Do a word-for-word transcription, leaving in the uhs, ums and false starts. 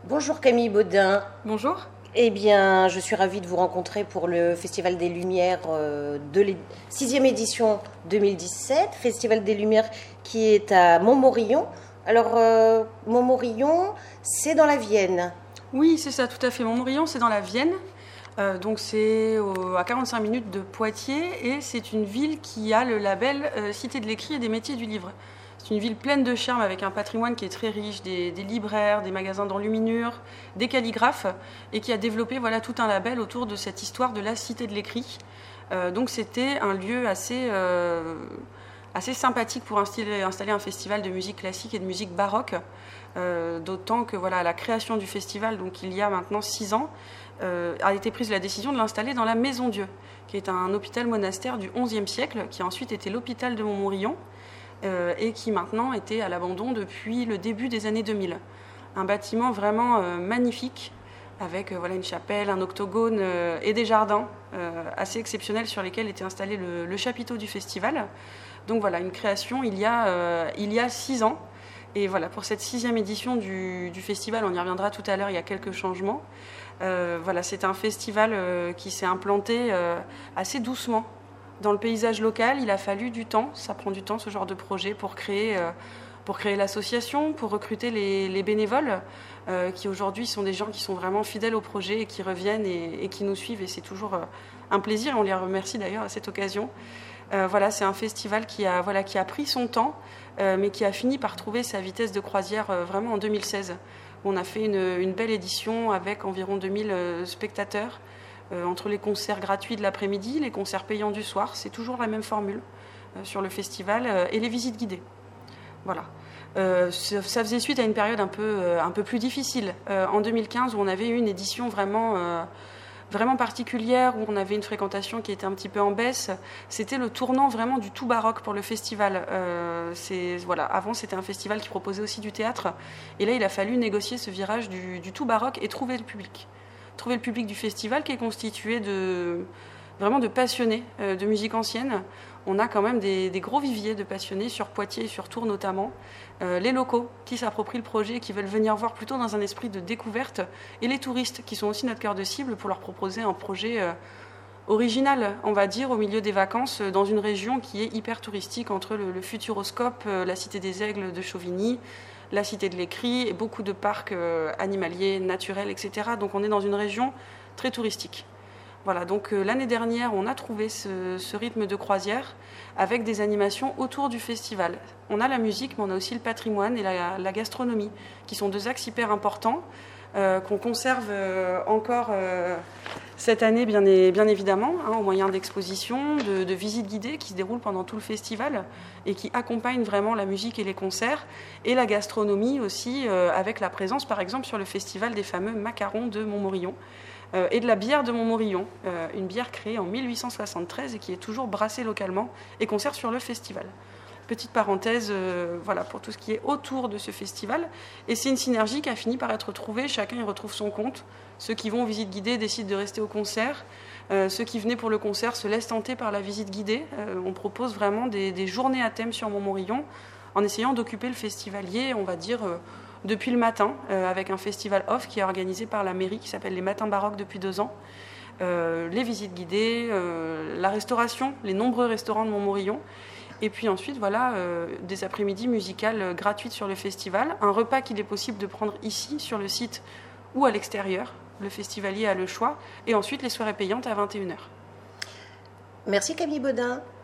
Bonjour Camille Baudin. Bonjour. Eh bien, je suis ravie de vous rencontrer pour le Festival des Lumières euh, de la sixième édition deux mille dix-sept, Festival des Lumières qui est à Montmorillon. Alors, euh, Montmorillon, c'est dans la Vienne. Oui, c'est ça, tout à fait. Montmorillon, c'est dans la Vienne. Euh, donc, c'est au- à quarante-cinq minutes de Poitiers et c'est une ville qui a le label euh, Cité de l'écrit et des métiers du livre. C'est une ville pleine de charme avec un patrimoine qui est très riche, des, des libraires, des magasins d'enluminure, des calligraphes et qui a développé voilà, tout un label autour de cette histoire de la Cité de l'écrit. Euh, donc, c'était un lieu assez, euh, assez sympathique pour installer, installer un festival de musique classique et de musique baroque. Euh, d'autant que voilà, à la création du festival, donc il y a maintenant six ans, euh, a été prise la décision de l'installer dans la Maison Dieu, qui est un hôpital monastère du onzième siècle, qui a ensuite été l'hôpital de Montmorillon, euh, et qui maintenant était à l'abandon depuis le début des années deux mille. Un bâtiment vraiment euh, magnifique, avec euh, voilà, une chapelle, un octogone euh, et des jardins euh, assez exceptionnels sur lesquels était installé le, le chapiteau du festival. Donc voilà, une création il y a, euh, il y a six ans. Et voilà, pour cette sixième édition du, du festival, on y reviendra tout à l'heure, il y a quelques changements. Euh, voilà, c'est un festival euh, qui s'est implanté euh, assez doucement dans le paysage local. Il a fallu du temps, ça prend du temps ce genre de projet pour créer, euh, pour créer l'association, pour recruter les, les bénévoles, euh, qui aujourd'hui sont des gens qui sont vraiment fidèles au projet et qui reviennent et, et qui nous suivent. Et c'est toujours euh, un plaisir, et on les remercie d'ailleurs à cette occasion. Euh, voilà, c'est un festival qui a, voilà, qui a pris son temps, euh, mais qui a fini par trouver sa vitesse de croisière euh, vraiment en deux mille seize. On a fait une, une belle édition avec environ deux mille euh, spectateurs, euh, entre les concerts gratuits de l'après-midi, les concerts payants du soir, c'est toujours la même formule euh, sur le festival, euh, et les visites guidées. Voilà. Euh, ça, ça faisait suite à une période un peu, euh, un peu plus difficile, euh, en deux mille quinze, où on avait eu une édition vraiment... Euh, vraiment particulière, où on avait une fréquentation qui était un petit peu en baisse. C'était le tournant vraiment du tout baroque pour le festival. Euh, c'est, voilà, avant, c'était un festival qui proposait aussi du théâtre. Et là, il a fallu négocier ce virage du, du tout baroque et trouver le public. Trouver le public du festival qui est constitué de, vraiment de passionnés euh, de musique ancienne. On a quand même des, des gros viviers de passionnés sur Poitiers et sur Tours notamment. Euh, les locaux qui s'approprient le projet et qui veulent venir voir plutôt dans un esprit de découverte, et les touristes qui sont aussi notre cœur de cible pour leur proposer un projet euh, original, on va dire, au milieu des vacances, dans une région qui est hyper touristique, entre le, le Futuroscope, euh, la Cité des Aigles de Chauvigny, la Cité de l'Écrit et beaucoup de parcs euh, animaliers, naturels, et cetera. Donc on est dans une région très touristique. Voilà, donc euh, l'année dernière, on a trouvé ce, ce rythme de croisière avec des animations autour du festival. On a la musique, mais on a aussi le patrimoine et la, la gastronomie, qui sont deux axes hyper importants, euh, qu'on conserve euh, encore euh, cette année, bien, et, bien évidemment, hein, au moyen d'expositions, de, de visites guidées qui se déroulent pendant tout le festival et qui accompagnent vraiment la musique et les concerts, et la gastronomie aussi, euh, avec la présence, par exemple, sur le festival des fameux macarons de Montmorillon, Euh, et de la bière de Montmorillon, euh, une bière créée en mille huit cent soixante-treize et qui est toujours brassée localement et qu'on sert sur le festival. Petite parenthèse, euh, voilà, pour tout ce qui est autour de ce festival. Et c'est une synergie qui a fini par être trouvée, chacun y retrouve son compte. Ceux qui vont en visite guidée décident de rester au concert. Euh, ceux qui venaient pour le concert se laissent tenter par la visite guidée. Euh, on propose vraiment des, des journées à thème sur Montmorillon, en essayant d'occuper le festivalier, on va dire... Euh, depuis le matin, euh, avec un festival off qui est organisé par la mairie, qui s'appelle les Matins Baroques depuis deux ans. Euh, les visites guidées, euh, la restauration, les nombreux restaurants de Montmorillon. Et puis ensuite, voilà, euh, des après-midi musicales gratuites sur le festival. Un repas qu'il est possible de prendre ici, sur le site, ou à l'extérieur. Le festivalier a le choix. Et ensuite, les soirées payantes à vingt et une heures. Merci Camille Baudin.